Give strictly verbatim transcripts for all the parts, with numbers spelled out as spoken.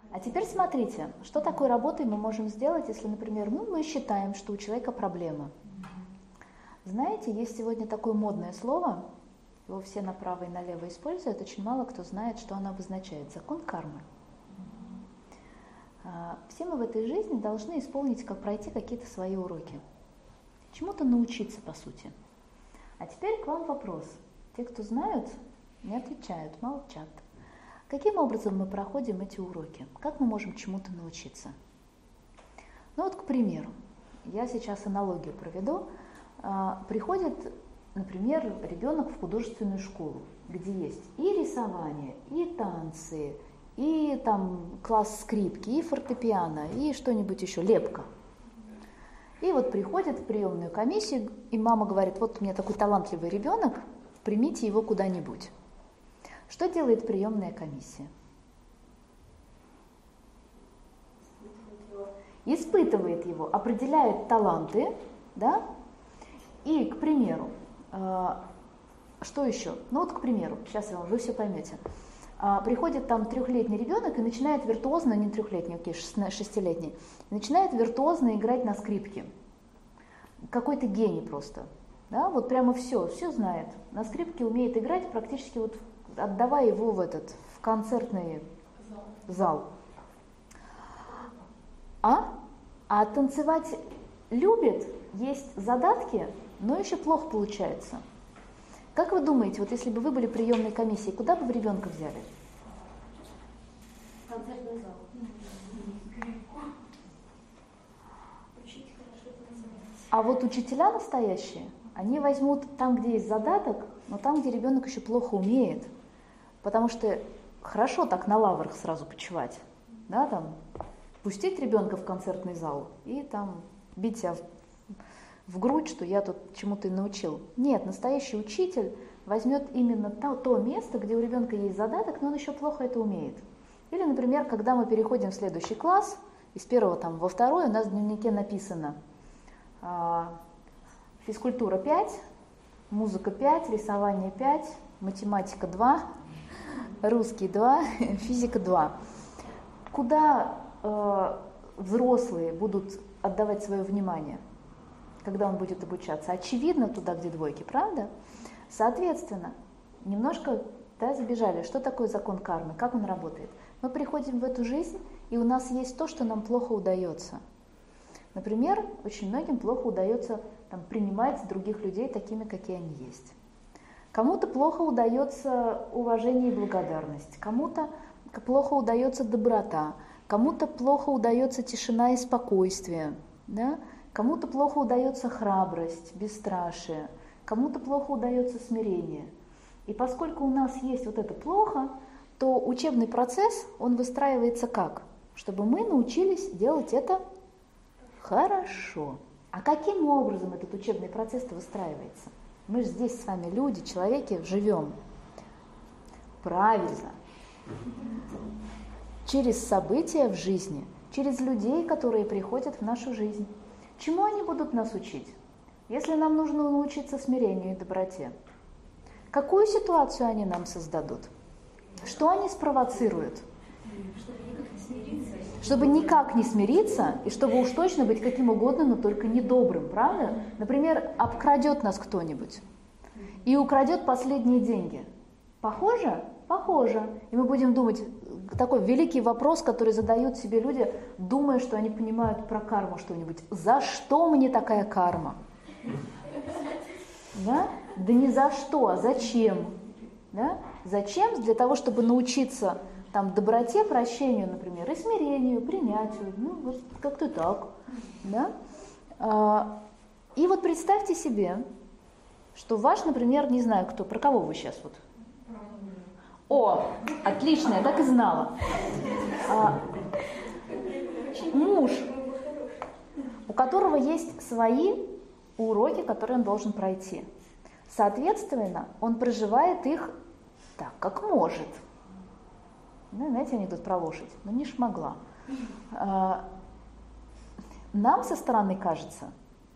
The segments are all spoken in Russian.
А теперь смотрите, что такой работой мы можем сделать, если, например, ну, мы считаем, что у человека проблема. Знаете, есть сегодня такое модное слово, его все направо и налево используют, очень мало кто знает, что оно обозначает. Закон кармы. Все мы в этой жизни должны исполнить, как пройти какие-то свои уроки. Чему-то научиться, по сути. А теперь к вам вопрос. Те, кто знают, не отвечают, молчат. Каким образом мы проходим эти уроки? Как мы можем чему-то научиться? Ну вот, к примеру, я сейчас аналогию проведу. Приходит, например, ребенок в художественную школу, где есть и рисование, и танцы, и там класс скрипки, и фортепиано, и что-нибудь еще, лепка. И вот приходит в приемную комиссию, и мама говорит: вот у меня такой талантливый ребенок, примите его куда-нибудь. Что делает приемная комиссия? Испытывает его, определяет таланты, да? И, к примеру, э, что еще? Ну вот, к примеру, сейчас вы все поймете. Э, приходит там трехлетний ребенок и начинает виртуозно, не трехлетний, окей, шестилетний, начинает виртуозно играть на скрипке. Какой-то гений просто. Да? Вот прямо все, все знает. На скрипке умеет играть, практически вот отдавая его в этот, в концертный зал. А? А танцевать любит, есть задатки, но еще плохо получается. Как вы думаете, вот если бы вы были приемной комиссией, куда бы вы ребенка взяли? Концертный зал. А вот учителя настоящие, они возьмут там, где есть задаток, но там, где ребенок еще плохо умеет. Потому что хорошо так на лаврах сразу почивать, да, там, пустить ребенка в концертный зал и там бить себя в, в грудь, что я тут чему-то научил. Нет, настоящий учитель возьмет именно то, то место, где у ребенка есть задаток, но он еще плохо это умеет. Или, например, когда мы переходим в следующий класс, из первого там, во второй у нас в дневнике написано э, физкультура пять, музыка пять, рисование пять, математика два, русский два, физика два. Куда э, взрослые будут отдавать свое внимание, когда он будет обучаться? Очевидно, туда, где двойки, правда? Соответственно, немножко да, забежали. Что такое закон кармы? Как он работает? Мы приходим в эту жизнь, и у нас есть то, что нам плохо удается. Например, очень многим плохо удается там, принимать других людей такими, какие они есть. Кому-то плохо удается уважение и благодарность, кому-то плохо удается доброта, кому-то плохо удается тишина и спокойствие, да? Кому-то плохо удается храбрость, бесстрашие, кому-то плохо удается смирение. И поскольку у нас есть вот это плохо, то учебный процесс, он выстраивается как? Чтобы мы научились делать это хорошо. А каким образом этот учебный процесс выстраивается? Мы же здесь с вами люди, человеки, живем. Правильно. Через события в жизни, через людей, которые приходят в нашу жизнь. Чему они будут нас учить? Если нам нужно научиться смирению и доброте, какую ситуацию они нам создадут? Что они спровоцируют? Чтобы никак не смириться, и чтобы уж точно быть каким угодно, но только недобрым, правда? Например, обкрадет нас кто-нибудь и украдет последние деньги. Похоже? Похоже. И мы будем думать, такой великий вопрос, который задают себе люди, думая, что они понимают про карму что-нибудь. За что мне такая карма? Да? Да не за что, а зачем? Да? Зачем? Для того, чтобы научиться там, доброте, прощению, например, и смирению, принятию. Ну, вот как-то так. Да? А, и вот представьте себе, что ваш, например, не знаю кто, про кого вы сейчас вот? О, отлично, я так и знала. А, муж, у которого есть свои уроки, которые он должен пройти. Соответственно, он проживает их так, как может. Ну, знаете, анекдот про лошадь, но не шмогла. А, нам со стороны кажется,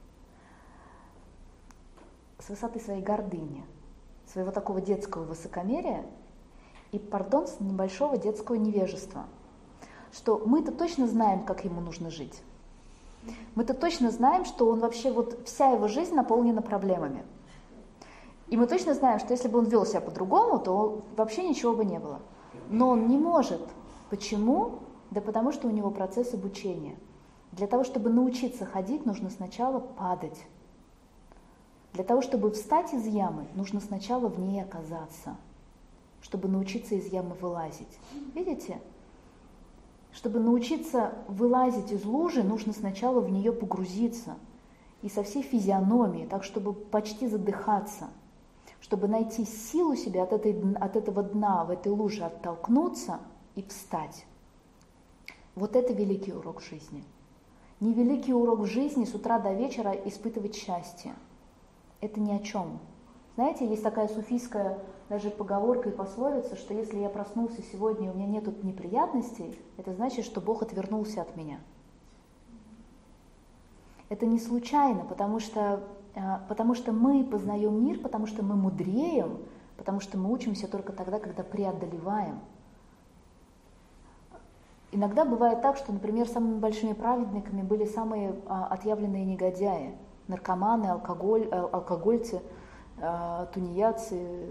с высоты своей гордыни, своего такого детского высокомерия и, пардон, с небольшого детского невежества, что мы-то точно знаем, как ему нужно жить. Мы-то точно знаем, что он вообще, вот вся его жизнь наполнена проблемами. И мы точно знаем, что если бы он вел себя по-другому, то вообще ничего бы не было. Но он не может. Почему? Да потому что у него процесс обучения. Для того, чтобы научиться ходить, нужно сначала падать. Для того, чтобы встать из ямы, нужно сначала в ней оказаться, чтобы научиться из ямы вылазить. Видите? Чтобы научиться вылазить из лужи, нужно сначала в нее погрузиться. И со всей физиономией, так, чтобы почти задыхаться. Чтобы найти силу себя от, этой, от этого дна, в этой луже оттолкнуться и встать. Вот это великий урок жизни. Не великий урок в жизни с утра до вечера испытывать счастье. Это ни о чем. Знаете, есть такая суфийская даже поговорка и пословица, что если я проснулся сегодня, и у меня нет неприятностей, это значит, что Бог отвернулся от меня. Это не случайно, потому что, потому что мы познаем мир, потому что мы мудреем, потому что мы учимся только тогда, когда преодолеваем. Иногда бывает так, что, например, самыми большими праведниками были самые а, отъявленные негодяи. Наркоманы, алкоголь, а, алкогольцы, а, тунеядцы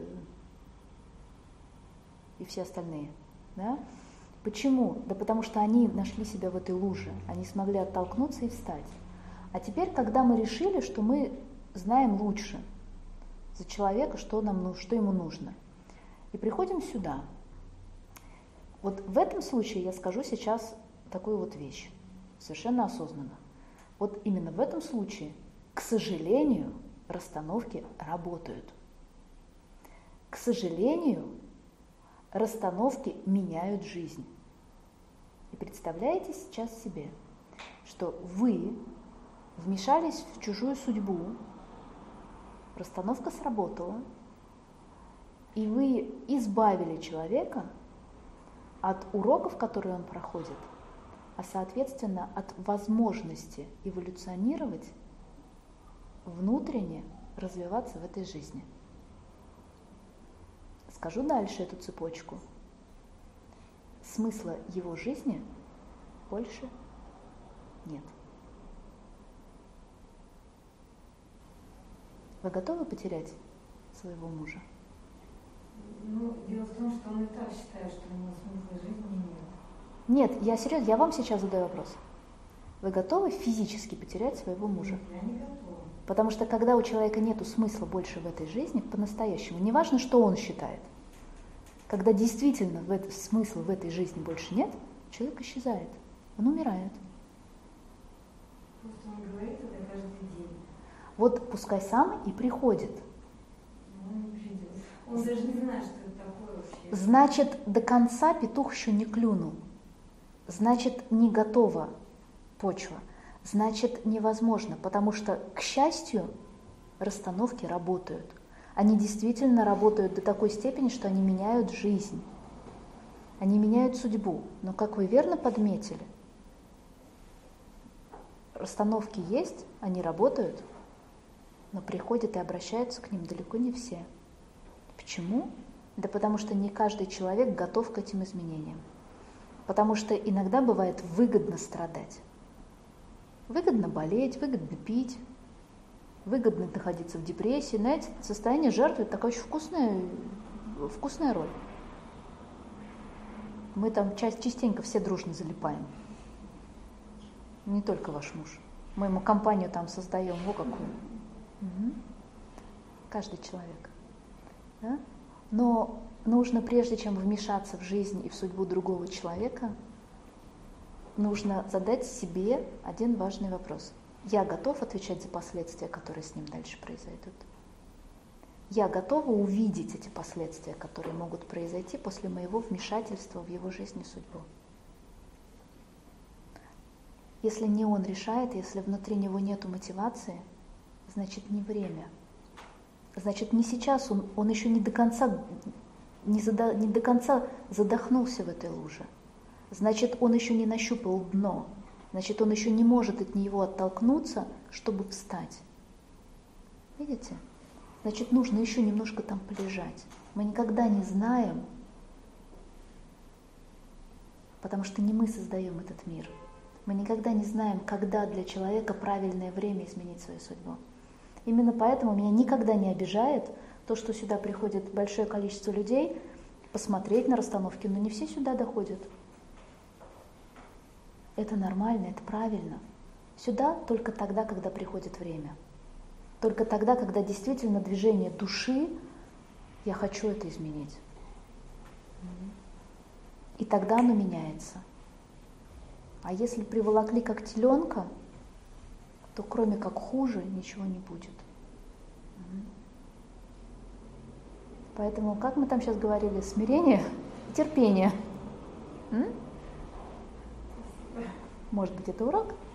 и все остальные. Да? Почему? Да потому что они нашли себя в этой луже, они смогли оттолкнуться и встать. А теперь, когда мы решили, что мы знаем лучше за человека, что, нам, что ему нужно, и приходим сюда, вот в этом случае я скажу сейчас такую вот вещь, совершенно осознанно. Вот именно в этом случае, к сожалению, расстановки работают. К сожалению, расстановки меняют жизнь. И представляете сейчас себе, что вы вмешались в чужую судьбу, расстановка сработала, и вы избавили человека от уроков, которые он проходит, а соответственно от возможности эволюционировать, внутренне развиваться в этой жизни. Скажу дальше эту цепочку. Смысла его жизни больше нет. Вы готовы потерять своего мужа? Ну, дело в том, что он и так считает, что у него смысла жизни нет. Нет, я серьезно, я вам сейчас задаю вопрос. Вы готовы физически потерять своего мужа? Я не готова. Потому что когда у человека нет смысла больше в этой жизни, по-настоящему, неважно, что он считает, когда действительно в это, смысла в этой жизни больше нет, человек исчезает, он умирает. Просто он говорит это каждый день. Вот пускай сам и приходит. Но он не придет. Он даже не знает, что это такое вообще. Значит, до конца петух еще не клюнул. Значит, не готова почва. Значит, невозможно, потому что, к счастью, расстановки работают. Они действительно работают до такой степени, что они меняют жизнь. Они меняют судьбу. Но, как вы верно подметили, расстановки есть, они работают, но приходят и обращаются к ним далеко не все. Почему? Да потому что не каждый человек готов к этим изменениям. Потому что иногда бывает выгодно страдать. Выгодно болеть, выгодно пить, выгодно находиться в депрессии. Знаете, состояние жертвы – это такая очень вкусная, вкусная роль. Мы там часть, частенько все дружно залипаем. Не только ваш муж. Мы ему компанию там создаем, во какую. Угу. Каждый человек. Да? Но нужно, прежде чем вмешаться в жизнь и в судьбу другого человека, нужно задать себе один важный вопрос. Я готов отвечать за последствия, которые с ним дальше произойдут? Я готова увидеть эти последствия, которые могут произойти после моего вмешательства в его жизнь и судьбу? Если не он решает, если внутри него нету мотивации, значит не время. Значит не сейчас, он, он еще не до конца, не, задо, не до конца задохнулся в этой луже. Значит, он еще не нащупал дно. Значит, он еще не может от него оттолкнуться, чтобы встать. Видите? Значит, нужно еще немножко там полежать. Мы никогда не знаем, Потому что не мы создаем этот мир. Мы никогда не знаем, когда для человека правильное время изменить свою судьбу. Именно поэтому меня никогда не обижает то, что сюда приходит большое количество людей посмотреть на расстановки, но не все сюда доходят. Это нормально, это правильно. Сюда только тогда, когда приходит время. Только тогда, когда действительно движение души, я хочу это изменить. И тогда оно меняется. А если приволокли как теленка, то кроме как хуже ничего не будет. Поэтому, как мы там сейчас говорили, смирение и терпение. М? Может быть, это урок?